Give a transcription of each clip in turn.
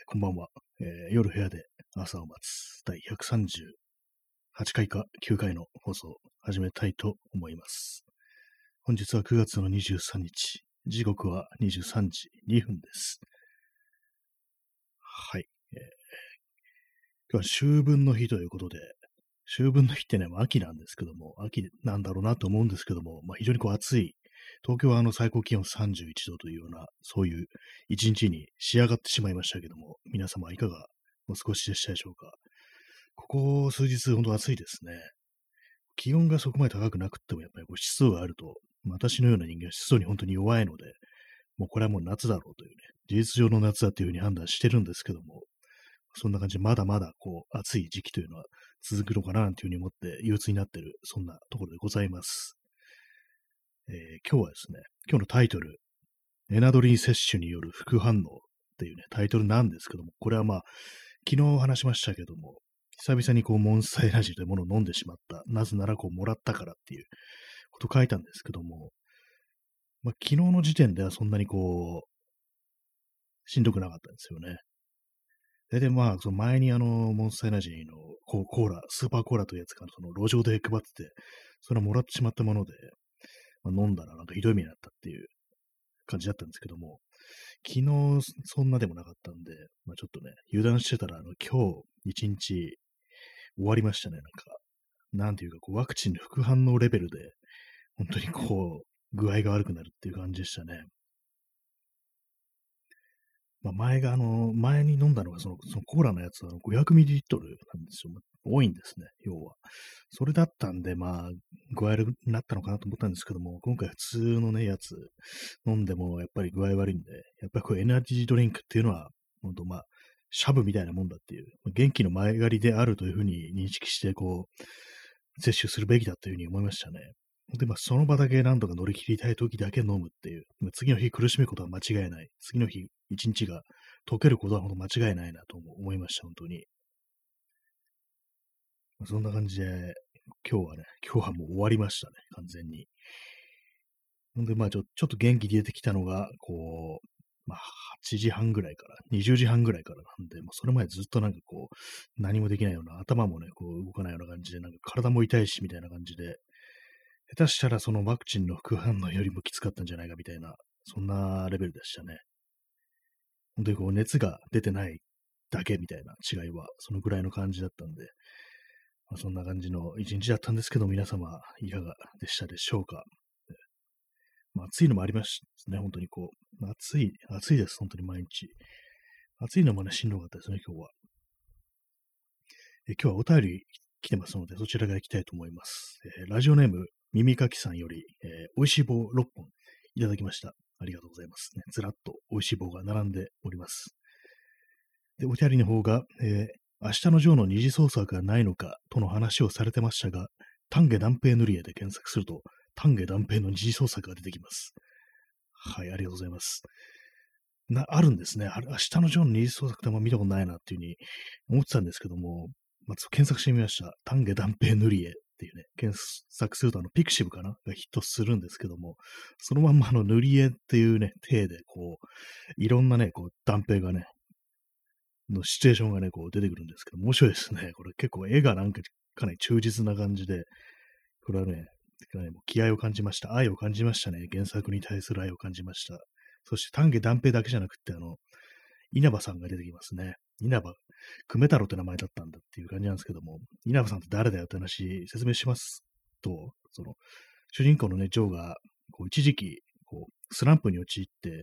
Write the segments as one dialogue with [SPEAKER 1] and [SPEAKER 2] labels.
[SPEAKER 1] こんばんは。夜部屋で朝を待つ第138回か9回の放送を始めたいと思います。本日は9月の23日。時刻は23時2分です。はい。今日は秋分の日ということで、秋分の日ってね、秋なんですけども、秋なんだろうなと思うんですけども、非常に暑い。東京は最高気温31度というような、そういう一日に仕上がってしまいましたけども、皆様いかがお過ごしでしたでしょうか。ここ数日、本当暑いですね。気温がそこまで高くなくっても、やっぱり湿度があると、私のような人間は湿度に本当に弱いので、もうこれはもう夏だろうというね、事実上の夏だというふうに判断してるんですけども、そんな感じでまだまだ暑い時期というのは続くのかななんていうふうに思って憂鬱になってる、そんなところでございます。今日はですね、今日のタイトル、エナドリン摂取による副反応っていうね、タイトルなんですけども、これは昨日話しましたけども、久々にモンスターエナジーというものを飲んでしまった。なぜならもらったからっていうことを書いたんですけども、昨日の時点ではそんなにしんどくなかったんですよね。で、その前にモンスターエナジーのコーラ、スーパーコーラというやつがその路上で配ってて、それをもらってしまったもので、飲んだらなんかひどい目になったっていう感じだったんですけども、昨日そんなでもなかったんで、ちょっとね、油断してたら今日一日終わりましたね、なんか。なんていうか、ワクチンの副反応レベルで、本当に具合が悪くなるっていう感じでしたね。前に飲んだのが、そのコーラのやつは500ml なんですよ。多いんですね、要は。それだったんで、具合悪くなったのかなと思ったんですけども、今回普通のね、やつ飲んでも、やっぱり具合悪いんで、やっぱりエナジードリンクっていうのは、本当シャブみたいなもんだっていう、元気の前借りであるというふうに認識して、摂取するべきだというふうに思いましたね。で、その場だけ何とか乗り切りたい時だけ飲むっていう、次の日苦しむことは間違いない。次の日、一日が溶けることは本当間違いないなと思いました、本当に。そんな感じで、今日はもう終わりましたね、完全に。ほんで、ちょっと元気出てきたのが、8時半ぐらいから、20時半ぐらいからなんで、それまでずっと何もできないような、頭もね、動かないような感じで、体も痛いし、みたいな感じで、下手したらそのワクチンの副反応よりもきつかったんじゃないかみたいな、そんなレベルでしたね。本当に熱が出てないだけみたいな違いは、そのぐらいの感じだったんで、そんな感じの一日だったんですけど、皆様いかがでしたでしょうか。暑いのもありましたね、本当に暑いです、本当に毎日。暑いのもね、しんどかったですね、今日は。今日はお便り来てますので、そちらから行きたいと思います。ラジオネーム、耳かきさんより、美味しい棒6本いただきました。ありがとうございますね。ずらっと美味しい棒が並んでおります。で、お便りの方が、明日のジョーの二次創作がないのかとの話をされてましたが、丹下断平塗り絵で検索すると、丹下断平の二次創作が出てきます。はい、ありがとうございます。あるんですね。明日のジョーの二次創作って見たことないなっていうふうに思ってたんですけども、検索してみました。丹下断平塗り絵っていうね、検索するとピクシブかながヒットするんですけども、そのまんま塗り絵っていうね、体でいろんなね、断平がね、のシチュエーションがね、出てくるんですけど、面白いですね。これ結構絵がかなり忠実な感じで、これはね、もう気合を感じました。愛を感じましたね。原作に対する愛を感じました。そして丹下断平だけじゃなくて、稲葉さんが出てきますね。稲葉、久米太郎って名前だったんだっていう感じなんですけども、稲葉さんって誰だよって話、説明しますと、主人公のね、ジョーが、一時期、スランプに陥って、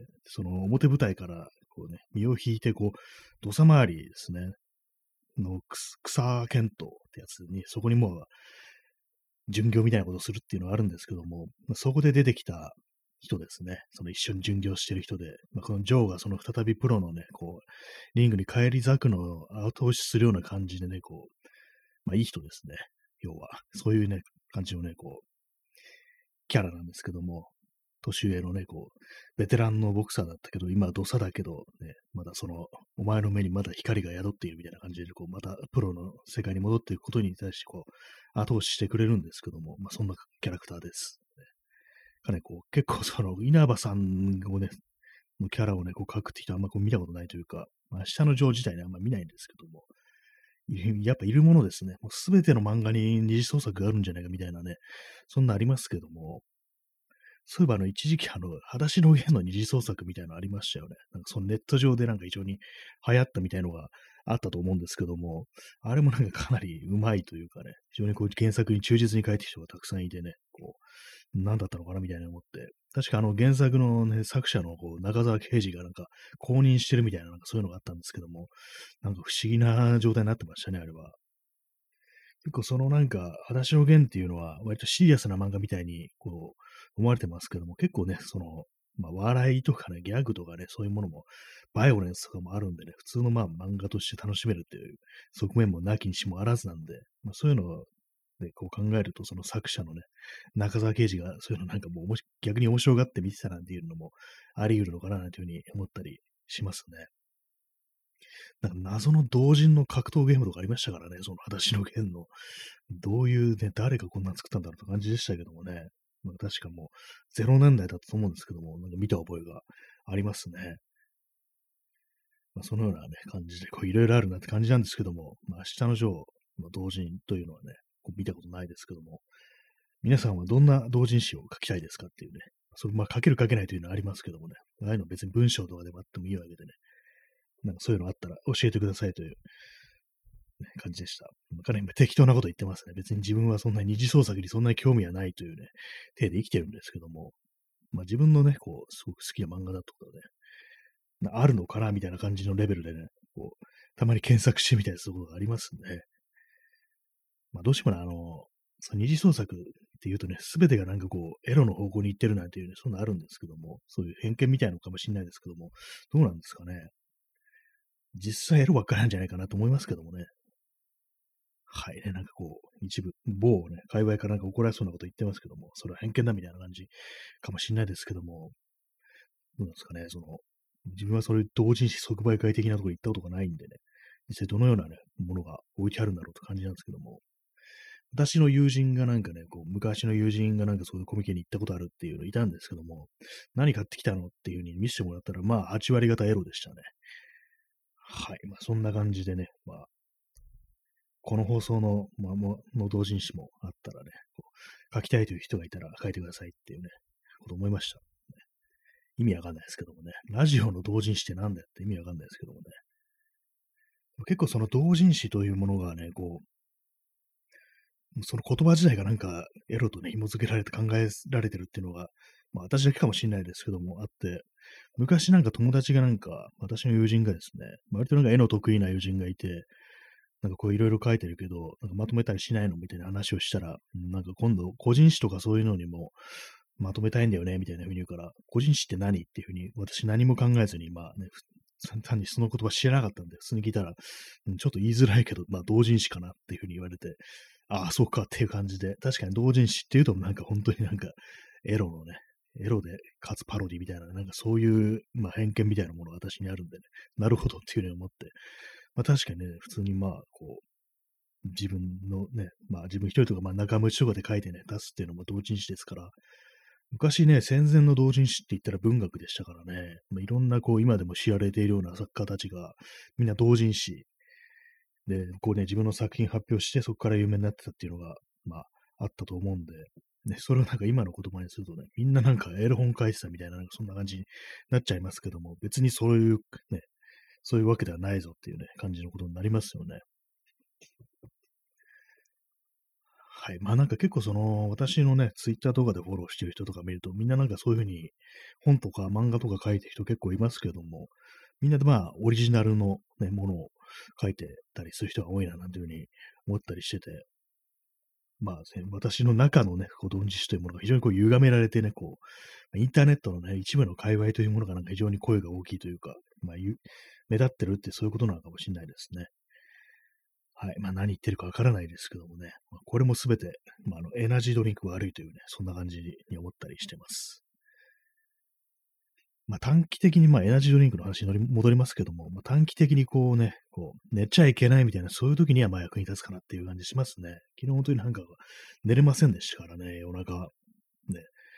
[SPEAKER 1] その表舞台から、身を引いて、土佐回りですね、草剣闘ってやつに、そこにもう、巡業みたいなことをするっていうのがあるんですけども、そこで出てきた人ですね。その一緒に巡業してる人で、このジョーがその再びプロのね、リングに返り咲くのを後押しするような感じでね、いい人ですね。要は。そういうね、感じのね、キャラなんですけども、年上のね、ベテランのボクサーだったけど、今はドサだけど、ね、まだお前の目にまだ光が宿っているみたいな感じで、またプロの世界に戻っていくことに対して、後押ししてくれるんですけども、そんなキャラクターです。結構稲葉さんをね、のキャラをね、描くって人はあんま見たことないというか、 明日のジョー自体ね、あんま見ないんですけども、やっぱいるものですね。もうすべての漫画に二次創作があるんじゃないかみたいなね、そんなありますけども、そういえば一時期裸足のゲンの二次創作みたいなのありましたよね。なんかそのネット上でなんか非常に流行ったみたいのがあったと思うんですけども、あれもなんかかなりうまいというかね、非常にこう原作に忠実に書いてる人がたくさんいてね、こう、何だったのかなみたいな思って、確か原作のね、作者の中沢啓治がなんか公認してるみたいな、なんかそういうのがあったんですけども、なんか不思議な状態になってましたね、あれは。結構なんか、裸足のゲンっていうのは、割とシリアスな漫画みたいに、思われてますけども、結構ね、笑いとかね、ギャグとかね、そういうものも、バイオレンスとかもあるんでね、普通の漫画として楽しめるっていう側面もなきにしもあらずなんで、そういうのをね、こう考えると、その作者のね、中沢啓治がそういうのなんかもう逆に面白がって見てたなんていうのもあり得るのかな、なんていうふうに思ったりしますね。なんか謎の同人の格闘ゲームとかありましたからね、その裸足のゲンの。どういうね、誰がこんなの作ったんだろうって感じでしたけどもね。確かもう、0年代だったと思うんですけども、なんか見た覚えがありますね。そのようなね、感じで、いろいろあるなって感じなんですけども、明日のジョーの同人というのはね、見たことないですけども、皆さんはどんな同人誌を書きたいですかっていうね、それ、書ける書けないというのはありますけどもね、ああいうの別に文章とかでもあってもいいわけでね、なんかそういうのあったら教えてくださいというね、感じでした。かなり適当なこと言ってますね。別に自分はそんなに二次創作にそんなに興味はないというね、体で生きてるんですけども、自分のね、すごく好きな漫画だとかね、あるのかなみたいな感じのレベルでね、たまに検索してみたりすることがありますんで、どうしてもね、その二次創作っていうとね、すべてがなんかエロの方向に行ってるなんていうね、そんなあるんですけども、そういう偏見みたいなのかもしれないですけども、どうなんですかね。実際エロばっかりなんじゃないかなと思いますけどもね。はいね、なんか一部、某ね、界隈からなんか怒られそうなこと言ってますけども、それは偏見だみたいな感じかもしれないですけども、どうなんですかね、自分はそういう同人誌即売会的なところに行ったことがないんでね、実際どのようなね、ものが置いてあるんだろうって感じなんですけども、私の友人がなんかね、昔の友人がなんかそういうコミケに行ったことあるっていうのいたんですけども、何買ってきたのっていう風に見せてもらったら、8割方エロでしたね。はい。そんな感じでね、この放送の、の同人誌もあったらね、書きたいという人がいたら書いてくださいっていうね、こと思いました。意味わかんないですけどもね。ラジオの同人誌ってなんだよって意味わかんないですけどもね。結構その同人誌というものがね、その言葉自体がなんかエロとね、紐付けられて考えられてるっていうのが、私だけかもしれないですけども、あって、昔なんか友達がなんか、私の友人がですね、割となんか絵の得意な友人がいて、なんかいろいろ書いてるけど、なんかまとめたりしないのみたいな話をしたら、なんか今度個人誌とかそういうのにもまとめたいんだよね、みたいな風に言うから、個人誌って何っていう風に、私何も考えずに、単にその言葉知らなかったんで、普通に聞いたら、ちょっと言いづらいけど、同人誌かなっていう風に言われて、ああ、そうかっていう感じで、確かに同人誌っていうと、なんか本当になんか、エロのね、エロで、かつパロディみたいな、なんかそういう、偏見みたいなものが私にあるんでね、なるほどっていうふうに思って、確かにね、普通に自分のね、自分一人とか、仲間内とかで書いてね、出すっていうのも同人誌ですから、昔ね、戦前の同人誌って言ったら文学でしたからね、いろんな今でも知られているような作家たちが、みんな同人誌で、自分の作品発表して、そこから有名になってたっていうのが、あったと思うんで、ね、それをなんか今の言葉にするとね、みんななんかエロ本書いてたみたいな、なんかそんな感じになっちゃいますけども、別にそういうね、そういうわけではないぞっていうね、感じのことになりますよね。はい。なんか結構私のね、ツイッターとかでフォローしてる人とか見ると、みんななんかそういうふうに本とか漫画とか書いてる人結構いますけども、みんなでオリジナルのね、ものを書いてたりする人が多いな、なんていうふうに思ったりしてて、私の中のね、同人誌というものが非常に歪められてね、インターネットのね、一部の界隈というものがなんか非常に声が大きいというか、目立ってるってそういうことなのかもしれないですね。はい。何言ってるかわからないですけどもね。これもすべて、エナジードリンク悪いというね、そんな感じに思ったりしてます。短期的にエナジードリンクの話に戻りますけども、短期的に寝ちゃいけないみたいな、そういう時には役に立つかなっていう感じしますね。昨日本当になんか寝れませんでしたからね、夜中。ね。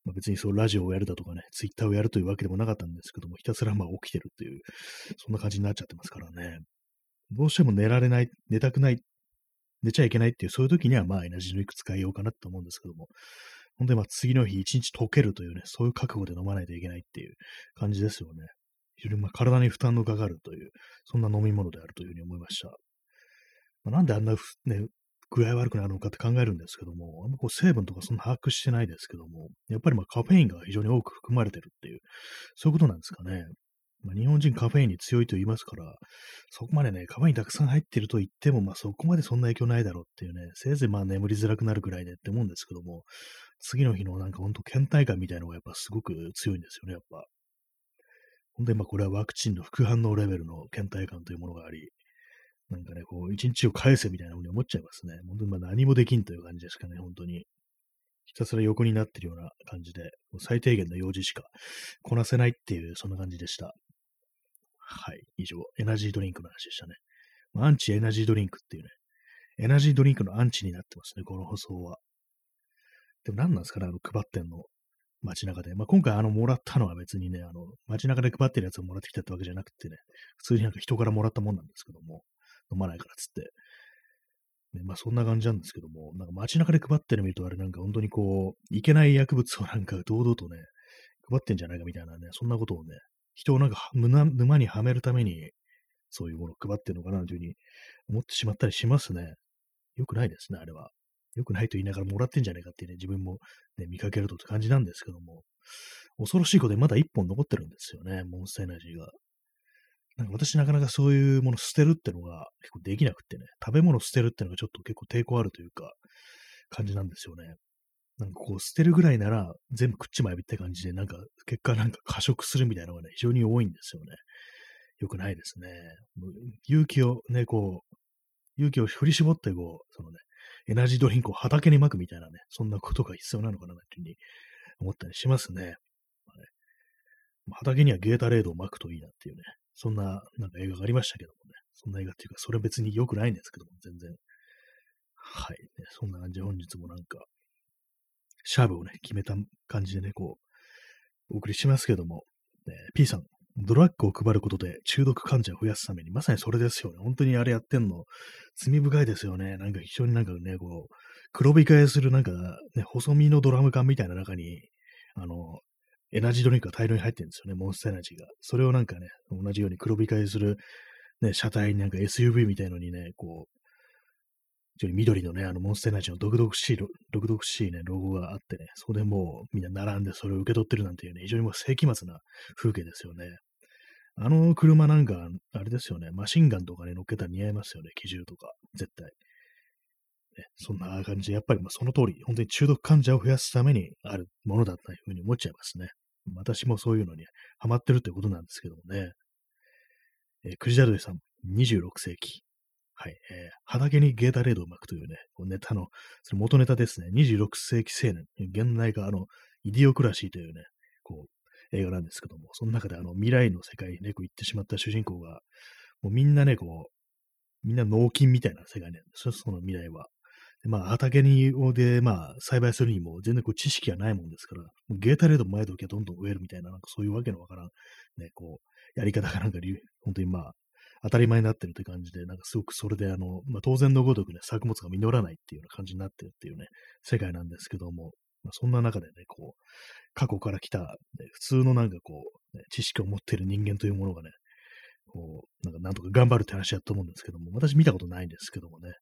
[SPEAKER 1] まあ、別にそうラジオをやるだとかね、ツイッターをやるというわけでもなかったんですけども、ひたすらまあ起きてるっていう、そんな感じになっちゃってますからね。どうしても寝られない、寝たくない、寝ちゃいけないっていう、そういう時にはまあエナジードリンク使いようかなと思うんですけども、本当にまあ次の日一日溶けるというね、そういう覚悟で飲まないといけないっていう感じですよね。非常にまあ体に負担のかかるという、そんな飲み物であるというふうに思いました。まあ、なんであんなね、具合悪くなるのかって考えるんですけども、あんまこう成分とかそんな把握してないですけども、やっぱりまあカフェインが非常に多く含まれてるっていう、そういうことなんですかね。まあ、日本人カフェインに強いと言いますから、そこまでね、カフェインたくさん入ってると言っても、まあそこまでそんな影響ないだろうっていうね、せいぜいまあ眠りづらくなるぐらいでって思うんですけども、次の日のなんかほんと倦怠感みたいなのがやっぱすごく強いんですよね、やっぱ。ほんでまあこれはワクチンの副反応レベルの倦怠感というものがあり、なんかね、こう、一日を返せみたいなふうに思っちゃいますね。本当にまあ何もできんという感じですかね、本当に。ひたすら横になってるような感じで、もう最低限の用事しかこなせないっていう、そんな感じでした。はい。以上、エナジードリンクの話でしたね。アンチエナジードリンクっていうね、エナジードリンクのアンチになってますね、この放送は。でも何なんですかね、配ってんの。街中で。まあ、今回もらったのは別にね、街中で配ってるやつをもらってきたってわけじゃなくてね、普通になんか人からもらったもんなんですけども、飲まないからっつって。ね、まあそんな感じなんですけども、なんか街中で配ってるの見るとあれなんか本当にこう、いけない薬物をなんか堂々とね、配ってんじゃないかみたいなね、そんなことをね、人をなんか沼にはめるために、そういうものを配ってるのかなというふうに思ってしまったりしますね。よくないですね、あれは。よくないと言いながらもらってんじゃないかっていうね、自分もね、見かけるとって感じなんですけども、恐ろしいことでまだ一本残ってるんですよね、モンスターエナジーが。なんか私なかなかそういうもの捨てるってのが結構できなくってね、食べ物捨てるってのがちょっと結構抵抗あるというか、感じなんですよね。なんかこう捨てるぐらいなら全部食っちまえばって感じで、なんか結果なんか過食するみたいなのがね、非常に多いんですよね。よくないですね。もう勇気をね、こう、勇気を振り絞ってこう、そのね、エナジードリンクを畑に撒くみたいなね、そんなことが必要なのかなというふうに思ったりしますね。まあね、畑にはゲータレードを撒くといいなっていうね、そんななんか映画がありましたけどもね、そんな映画っていうか、それは別に良くないんですけども、全然。はい、ね。そんな感じで本日もなんか、シャーブをね、決めた感じでね、こう、お送りしますけども、P さん、ドラッグを配ることで中毒患者を増やすために、まさにそれですよね。本当にあれやってんの、罪深いですよね。なんか非常になんかね、こう、黒控えするなんかね、細身のドラム缶みたいな中に、あの、エナジードリンクが大量に入ってるんですよね、モンスターエナジーが。それをなんかね、同じように黒控えする、ね、車体になんか SUV みたいのにね、こう、非常に緑のね、モンスターエナジーの毒々しいね、ロゴがあってね、そこでもうみんな並んでそれを受け取ってるなんていうね、非常にもう世紀末な風景ですよね。あの車なんか、あれですよね、マシンガンとかね、乗っけたら似合いますよね、機銃とか、絶対。ね、そんな感じで、やっぱりまあその通り、本当に中毒患者を増やすためにあるものだというふうに思っちゃいますね。私もそういうのにハマってるということなんですけどもね。クジラドリさん、26世紀。はい。畑にゲータレードを巻くというね、こうネタの、それ元ネタですね。26世紀青年。現代がイディオクラシーというね、こう、映画なんですけども、その中で未来の世界にね、こう行ってしまった主人公が、もうみんなね、こう、みんな脳筋みたいな世界なんですよ、その未来は。でまあ、畑に、まあ、栽培するにも全然こう知識がないもんですから、もうゲータレード前ときはどんどん植えるみたいな、なんかそういうわけのわからん、ね、こう、やり方がなんか本当にまあ、当たり前になってるって感じで、なんかすごくそれでまあ、当然のごとくね、作物が実らないっていうような感じになってるっていうね、世界なんですけども、まあ、そんな中でね、こう、過去から来た、ね、普通のなんかこう、ね、知識を持っている人間というものがね、こう、なんとか頑張るって話だと思うんですけども、私見たことないんですけどもね、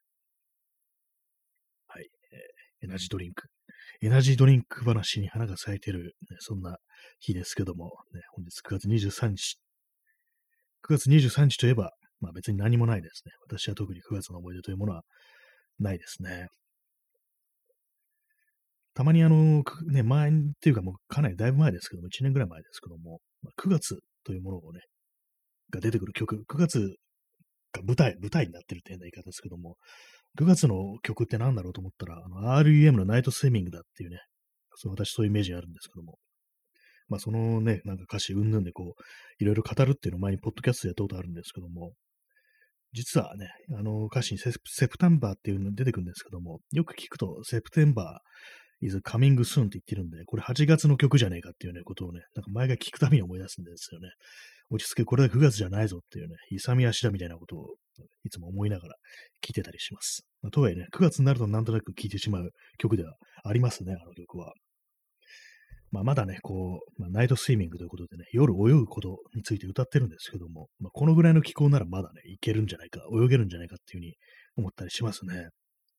[SPEAKER 1] はい。エナジードリンク。エナジードリンク話に花が咲いてる、ね、そんな日ですけども、ね、本日9月23日。9月23日といえば、まあ別に何もないですね。私は特に9月の思い出というものはないですね。たまにね、前っていうかもうかなりだいぶ前ですけども、1年ぐらい前ですけども、まあ、9月というものをね、が出てくる曲、9月が舞台になってるって変な言い方ですけども、9月の曲って何だろうと思ったら、REM のナイトスイミングだっていうね、私そういうイメージがあるんですけども、まあそのね、なんか歌詞うんぬんでこう、いろいろ語るっていうのを前にポッドキャストでやったことあるんですけども、実はね、歌詞にセプタンバーっていうの出てくるんですけども、よく聞くとセプテンバー is coming soon って言ってるんで、これ8月の曲じゃねえかっていうね、ことをね、なんか前が聞くたびに思い出すんですよね。落ち着け、これは9月じゃないぞっていうね、勇み足だみたいなことをいつも思いながら聞いてたりします。とはいえね、9月になるとなんとなく聴いてしまう曲ではありますね、あの曲は。まだね、ナイトスイミングということでね、夜泳ぐことについて歌ってるんですけども、このぐらいの気候ならまだね、いけるんじゃないか、泳げるんじゃないかっていうふうに思ったりしますね。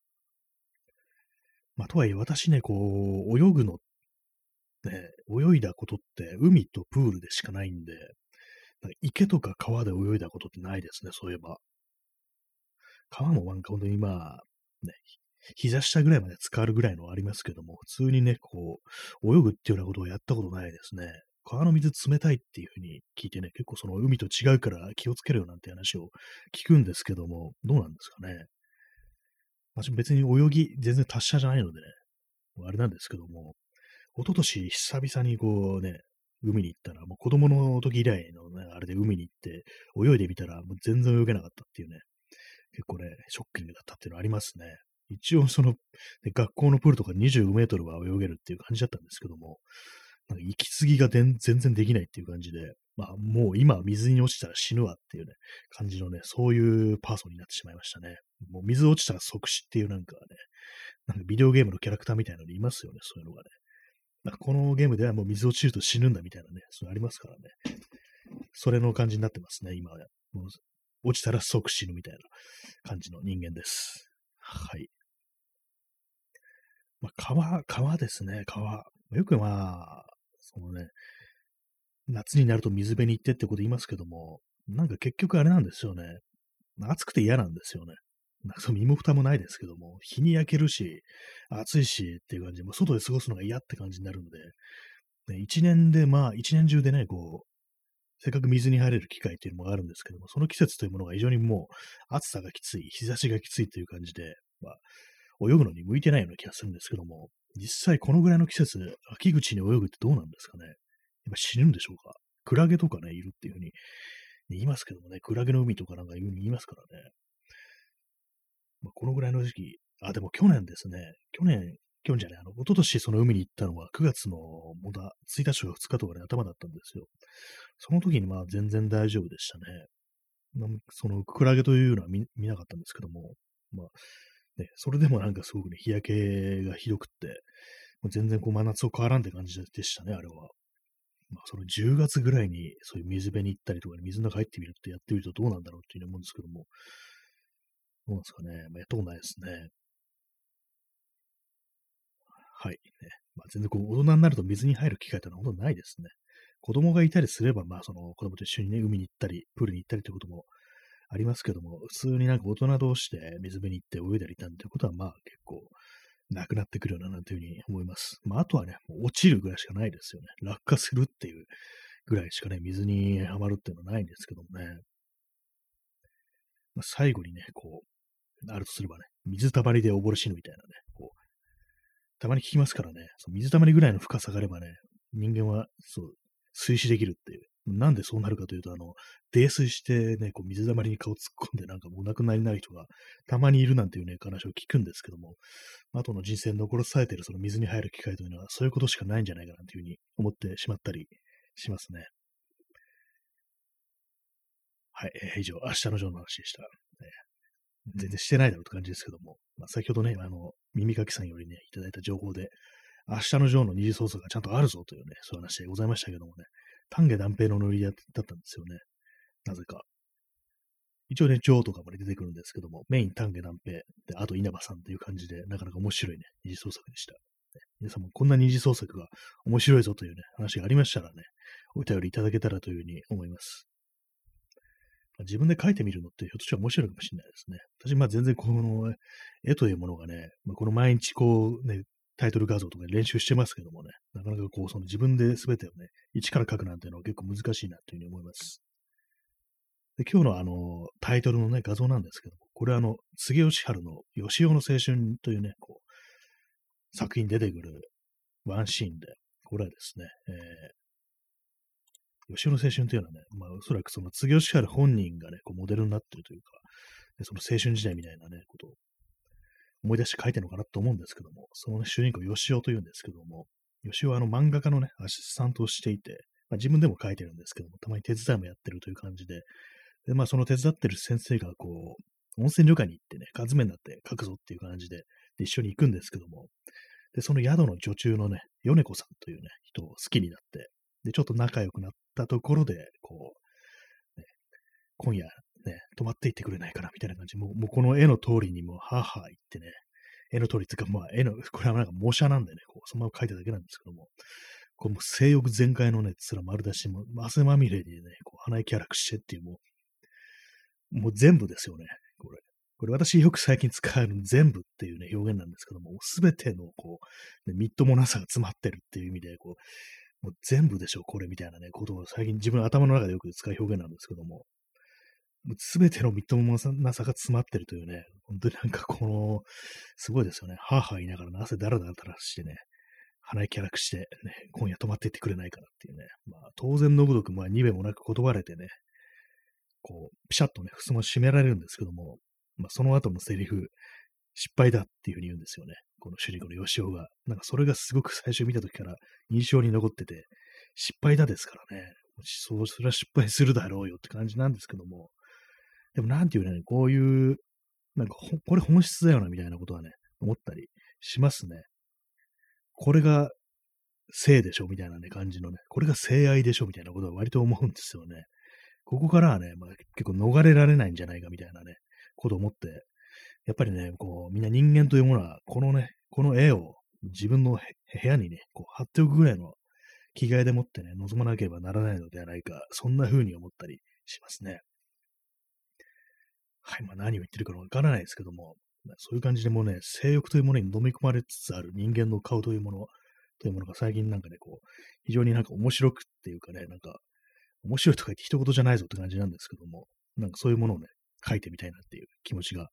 [SPEAKER 1] とはいえ私ね、泳ぐのね、泳いだことって海とプールでしかないんで、池とか川で泳いだことってないですね、そういえば。川もなんか本当にね、膝下ぐらいまで浸かるぐらいのはありますけども、普通にね、泳ぐっていうようなことをやったことないですね。川の水冷たいっていうふうに聞いてね、結構その海と違うから気をつけるよなんて話を聞くんですけども、どうなんですかね。私別に泳ぎ全然達者じゃないのでね、あれなんですけども、一昨年久々に海に行ったら、もう子供の時以来のね、あれで海に行って、泳いでみたら、もう全然泳げなかったっていうね、結構ね、ショッキングだったっていうのありますね。一応学校のプールとか25メートルは泳げるっていう感じだったんですけども、なんか息継ぎが全然できないっていう感じで、もう今水に落ちたら死ぬわっていうね、感じのね、そういうパーソンになってしまいましたね。もう水落ちたら即死っていうなんかね、なんかビデオゲームのキャラクターみたいなのいますよね、そういうのがね。なんかこのゲームではもう水落ちると死ぬんだみたいなね、そういうのありますからね。それの感じになってますね、今は。もう落ちたら即死ぬみたいな感じの人間です。はい。川ですね、川。よくそのね、夏になると水辺に行ってってこと言いますけども、なんか結局あれなんですよね。暑くて嫌なんですよね。なんか身も蓋もないですけども、日に焼けるし、暑いしっていう感じで、もう外で過ごすのが嫌って感じになるので、ね、一年で一年中でね、せっかく水に入れる機会っていうのもあるんですけども、その季節というものが非常にもう暑さがきつい、日差しがきついという感じで、泳ぐのに向いてないような気がするんですけども、実際このぐらいの季節、秋口に泳ぐってどうなんですかね。やっぱ死ぬんでしょうか。クラゲとかね、いるっていうふうに言いますけどもね、クラゲの海とかなんか言いますからね。このぐらいの時期、でも去年ですね、去年じゃない、一昨年その海に行ったのは9月のまだ1日とか2日とかね、頭だったんですよ。その時に全然大丈夫でしたね。そのクラゲというのは見なかったんですけども、ね、それでもなんかすごくね、日焼けがひどくって、もう全然真夏を変わらんって感じでしたね、あれは。その10月ぐらいにそういう水辺に行ったりとか、水の中入ってみるってやってみるとどうなんだろうっていうふうに思うんですけども、どうなんですかね。やったことないですね。はい。ね。全然大人になると水に入る機会ってのは本当ないですね。子供がいたりすれば、その子供と一緒にね、海に行ったり、プールに行ったりということもありますけども、普通になんか大人同士で水辺に行って泳いだりなんていうことは結構なくなってくるようななんていうふうに思います。あとはね、もう落ちるぐらいしかないですよね。落下するっていうぐらいしかね、水にはまるっていうのはないんですけどもね。最後にね、あるとすればね、水たまりで溺れ死ぬみたいなね、たまに聞きますからね、その水たまりぐらいの深さがあればね、人間は、水死できるっていう。なんでそうなるかというと、泥酔してね、水たまりに顔突っ込んでなんかもうお亡くなりになる人がたまにいるなんていうね、話を聞くんですけども、後の人生に残されているその水に入る機会というのは、そういうことしかないんじゃないかなというふうに思ってしまったりしますね。はい、以上、明日のジョーの話でした。全然してないだろうって感じですけども、先ほどね、耳かきさんよりね、いただいた情報で、明日のジョーの二次創作がちゃんとあるぞというね、そういう話でございましたけどもね、丹下断平のノリだったんですよね。なぜか。一応ね、ジョーとかもね、出てくるんですけども、メイン丹下断平、で、あと稲葉さんという感じで、なかなか面白いね、二次創作でした。皆さんもこんな二次創作が面白いぞというね、話がありましたらね、お便りいただけたらというふうに思います。自分で描いてみるのってひょっとしたら面白いかもしれないですね。私、全然この絵というものがね、この毎日タイトル画像とか練習してますけどもね、なかなかその自分で全てをね、一から描くなんていうのは結構難しいなというふうに思います。で、今日のタイトルのね、画像なんですけども、これは杉吉春の吉尾の青春というね、作品に出てくるワンシーンで、これはですね、吉尾の青春というのはね、おそらくその杉吉春本人がね、モデルになっているというか、でその青春時代みたいなね、ことを思い出して書いてるのかなと思うんですけども、そのね、主人公、吉尾というんですけども、吉尾は漫画家のね、アシスタントをしていて、自分でも書いてるんですけども、たまに手伝いもやってるという感じで、で、その手伝ってる先生が、温泉旅館に行ってね、缶詰になって書くぞっていう感じで、一緒に行くんですけども、で、その宿の女中のね、米子さんというね、人を好きになって、で、ちょっと仲良くなったところで、ね、今夜ね、泊まっていってくれないかな、みたいな感じ。もうこの絵の通りにもう、はぁはぁ言ってね、絵の通りっていうか、これはなんか模写なんでね、そのまま描いただけなんですけども、もう性欲全開のね、面丸出し、もう汗まみれにね、鼻息荒くしてっていう、もう全部ですよね、これ。これ私よく最近使う全部っていうね、表現なんですけども、すべてのみっともなさが詰まってるっていう意味で、もう全部でしょ、これみたいなね、ことを最近自分の頭の中でよく使う表現なんですけども、すべてのみっともなさが詰まってるというね、本当になんかすごいですよね。はぁはぁ言いながら、汗だらだら垂らしてね、鼻息荒くして、ね、今夜泊まっていってくれないかなっていうね、当然のごとく、2べもなく断れてね、ピシャッとね、襖を閉められるんですけども、その後のセリフ、失敗だっていうふうに言うんですよね。この主人公の吉尾が。なんかそれがすごく最初見た時から印象に残ってて、失敗だですからね。それは失敗するだろうよって感じなんですけども、でもなんていうね、こういう、なんかこれ本質だよなみたいなことはね、思ったりしますね。これが性でしょみたいなね、感じのね、これが性愛でしょみたいなことは割と思うんですよね。ここからはね、結構逃れられないんじゃないかみたいなね、ことを思って、やっぱりね、みんな人間というものは、この絵を自分の部屋にね、貼っておくぐらいの気概でもってね、望まなければならないのではないか、そんな風に思ったりしますね。はい、何を言ってるかわからないですけども、そういう感じでもうね、性欲というものに飲み込まれつつある人間の顔というものが最近なんかね、非常になんか面白くっていうかね、なんか、面白いとか言って一言じゃないぞって感じなんですけども、なんかそういうものをね、書いてみたいなっていう気持ちがあって、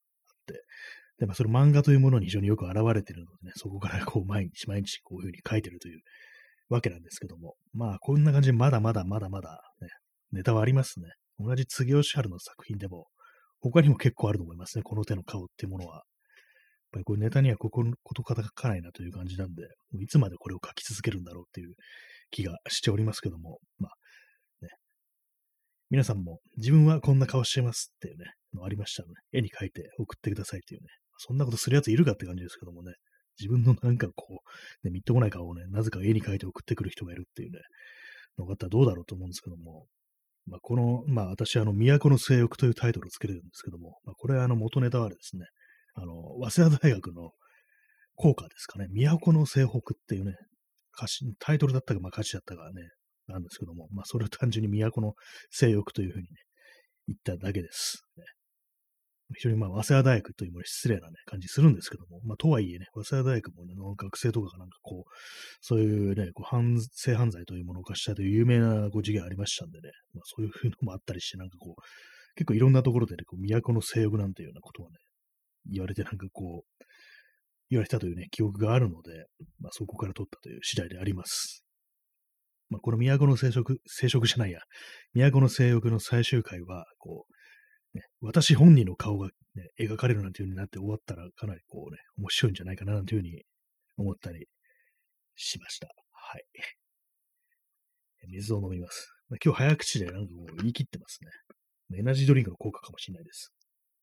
[SPEAKER 1] で、それ漫画というものに非常によく現れているのでね、そこから毎日毎日こういうふうに書いてるというわけなんですけども、こんな感じでまだまだまだまだね、ネタはありますね。同じ杉吉春の作品でも、他にも結構あると思いますね、この手の顔っていうものは。やっぱりこれネタにはこと書かないなという感じなんで、もういつまでこれを書き続けるんだろうっていう気がしておりますけども、ね、皆さんも自分はこんな顔してますっていうね、のありましたらね、絵に描いて送ってくださいっていうね、そんなことするやついるかって感じですけどもね、自分のなんかみっともない顔をね、なぜか絵に描いて送ってくる人がいるっていうね、のがあったらどうだろうと思うんですけども、私都の性欲というタイトルをつけてるんですけども、これは元ネタはですね、早稲田大学の校歌ですかね、都の西北っていうね、タイトルだったか、歌詞だったかね、なんですけども、それを単純に都の性欲というふうにね、言っただけです。ね、非常に早稲田大学というもの失礼なね、感じするんですけども、とはいえね、早稲田大学もね、の学生とかがなんかそういうね、性犯罪というものを犯したという有名な事件ありましたんでね、そういうのもあったりして、なんか結構いろんなところでね、都の性欲なんていうようなことをね、言われてなんか言われたというね、記憶があるので、そこから取ったという次第であります。この都の生殖じゃないや、都の性欲の最終回は、私本人の顔が、ね、描かれるなんていう風になって終わったら、かなり面白いんじゃないかななんていう風に思ったりしました。はい。水を飲みます。今日早口でなんかもう言い切ってますね。エナジードリンクの効果かもしれないです。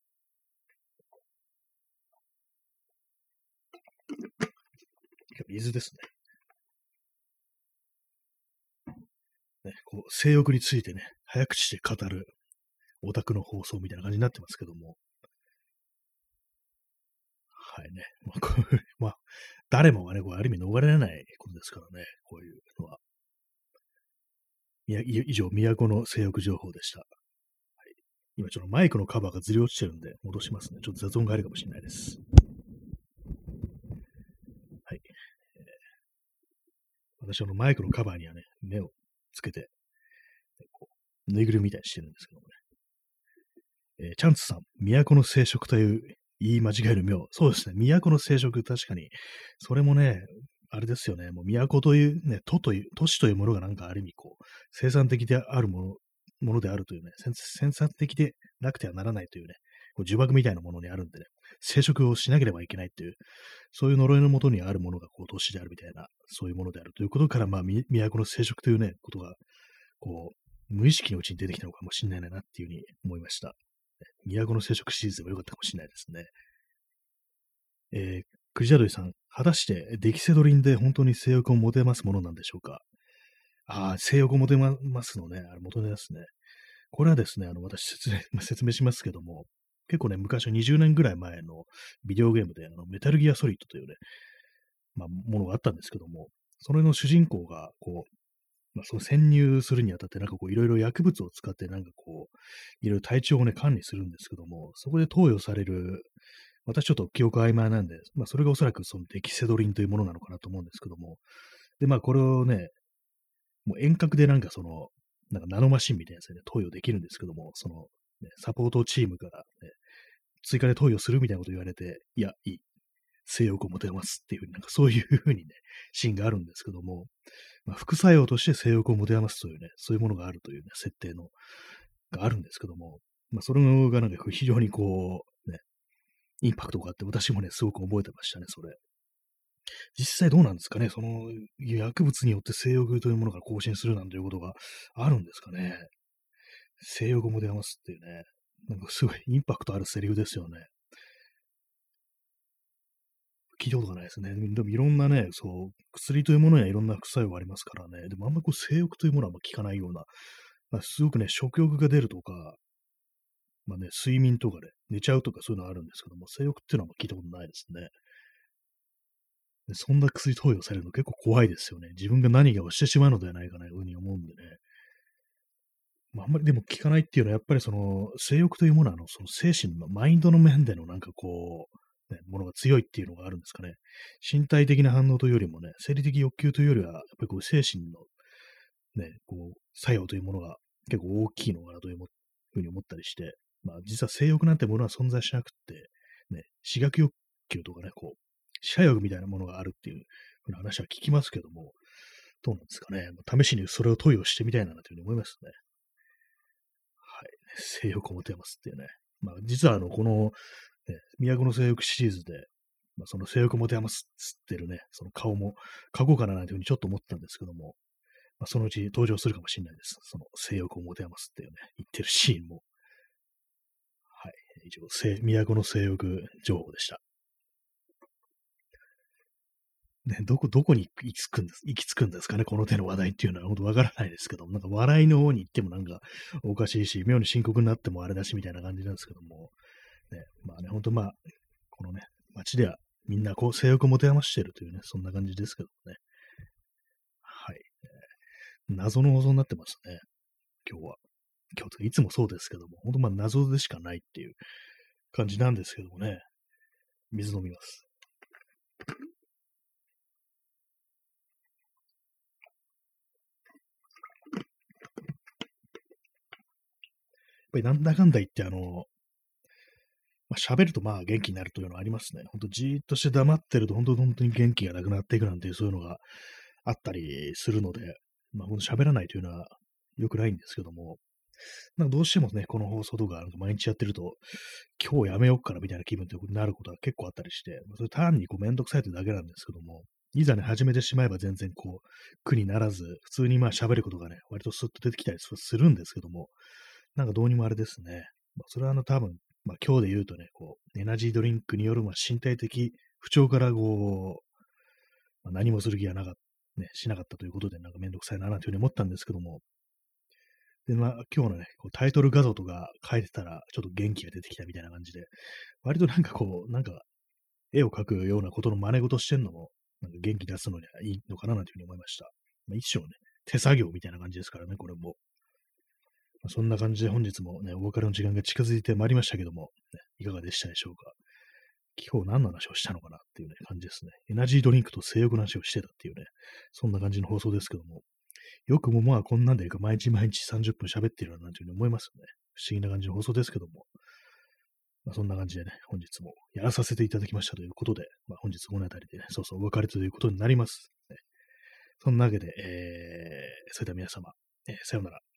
[SPEAKER 1] 水ですね。性欲についてね、早口で語るオタクの放送みたいな感じになってますけども。はいね。誰もがね、ある意味逃れられないことですからね、こういうのは。以上、都の性欲情報でした。はい、今ちょっとマイクのカバーがずり落ちてるんで、戻しますね。ちょっと雑音があるかもしれないです。はい。私マイクのカバーにはね、目をつけて、ぬいぐるみみたいにしてるんですけどもね。チャンツさん、都の生殖という言い間違える名。そうですね。都の生殖、確かに。それもね、あれですよね。もう都というね、都市というものがなんかある意味生産的であるものであるというね、生産的でなくてはならないというね、 こう呪縛みたいなものにあるんでね、生殖をしなければいけないっていう、そういう呪いのもとにあるものがこう、都市であるみたいな、そういうものであるということから、まあ、都の生殖というね、ことが、こう、無意識のうちに出てきたのかもしれないなっていうふうに思いました。都の生殖シリーズでもよかったかもしれないですね。クジラドリさん、果たしてデキセドリンで本当に性欲を持てますものなんでしょうか？ああ、性欲を持てますのね、あれ元ネタですね。これはですね、私説明しますけども、結構ね、昔の20年ぐらい前のビデオゲームで、メタルギアソリッドというね、まあ、ものがあったんですけども、それの主人公が、こう、まあ、その潜入するにあたって、なんかこう、いろいろ薬物を使って、なんかこう、いろいろ体調をね、管理するんですけども、そこで投与される、私ちょっと記憶曖昧なんで、まあ、それがおそらくそのデキセドリンというものなのかなと思うんですけども、で、まあ、これをね、もう遠隔でなんかその、なんかナノマシンみたいなやつでね、投与できるんですけども、その、ね、サポートチームからね、追加で投与するみたいなこと言われて、いや、いい。性欲を持てますっていうふうに、なんかそういうふうにね、シーンがあるんですけども、まあ、副作用として性欲を持て余すというね、そういうものがあるというね、設定の、があるんですけども、まあ、それがなんか非常にこう、ね、インパクトがあって、私もね、すごく覚えてましたね、それ。実際どうなんですかね、その薬物によって性欲というものが更新するなんていうことがあるんですかね。性欲も出ますっていうね、なんかすごいインパクトあるセリフですよね。聞いたことがないですね。でもいろんなね、そう、薬というものにはいろんな副作用がありますからね。でもあんまこう性欲というものはあんま効かないような、まあ、すごくね、食欲が出るとか、まあね、睡眠とかで、寝ちゃうとかそういうのはあるんですけども、性欲っていうのはあんま聞いたことないですね。でそんな薬投与されるの結構怖いですよね。自分が何かをしてしまうのではないかなというふうに思うんでね。まあ、あんまりでも効かないっていうのは、やっぱりその、性欲というものは、その精神の、マインドの面でのなんかこう、ね、ものが強いっていうのがあるんですかね。身体的な反応というよりもね、生理的欲求というよりは、やっぱりこう精神のね、こう、作用というものが結構大きいのかなというふうに思ったりして、まあ実は性欲なんてものは存在しなくって、ね、私学欲求とかね、こう、支配欲みたいなものがあるっていうふうな話は聞きますけども、どうなんですかね。まあ試しにそれを投与してみたいなというふうに思いますね。はい。性欲を持てますっていうね。まあ、実はこの、ね、都の性欲シリーズで、まあ、その性欲を持て余すってるね、その顔も描こうかななんていうふうにちょっと思ったんですけども、まあ、そのうち登場するかもしれないです。その性欲を持て余すっていうね、言ってるシーンも。はい。以上、都の性欲情報でした。ね、どこに行き着くんですかね、この手の話題っていうのは、本当わからないですけども、なんか笑いの方に行ってもなんかおかしいし、妙に深刻になってもあれだし、みたいな感じなんですけども、ね、まあね、本当まあ、このね、街ではみんなこう性欲を持て余しているというね、そんな感じですけどもね。はい。謎の放送になってますね、今日は。今日とかいつもそうですけども、本当まあ謎でしかないっていう感じなんですけどもね。水飲みます。やっぱりなんだかんだ言ってまあ、喋るとまあ元気になるというのはありますね。ほんとじーっとして黙ってると本当に元気がなくなっていくなんていうそういうのがあったりするので、まあほんと喋らないというのは良くないんですけども、なんかどうしてもね、この放送とかなんか毎日やってると、今日やめようかなみたいな気分ってなることが結構あったりして、それ単にこうめんどくさいというだけなんですけども、いざね、始めてしまえば全然こう、苦にならず、普通にまあ喋ることがね、割とスッと出てきたりするんですけども、なんかどうにもあれですね。まあ、それは多分、まあ今日で言うとね、こう、エナジードリンクによるまあ身体的不調からこう、まあ、何もする気がなかった、ね、しなかったということで、なんかめんどくさいな、なんていうふうに思ったんですけども、で、まあ今日のね、こうタイトル画像とか書いてたら、ちょっと元気が出てきたみたいな感じで、割となんかこう、なんか絵を描くようなことの真似事してんのも、なんか元気出すのにはいいのかな、なんていうふうに思いました。まあ、一種のね、手作業みたいな感じですからね、これも。まあ、そんな感じで本日もね、お別れの時間が近づいてまいりましたけども、ね、いかがでしたでしょうか。今日何の話をしたのかなっていうね、感じですね。エナジードリンクと性欲の話をしてたっていうね、そんな感じの放送ですけども、よくもまあこんなんで毎日毎日30分喋ってるななんていうふうに思いますよね。不思議な感じの放送ですけども、まあ、そんな感じでね、本日もやらさせていただきましたということで、まあ、本日この辺りでね、そうそうお別れということになります。ね、そんなわけで、それでは皆様、さようなら。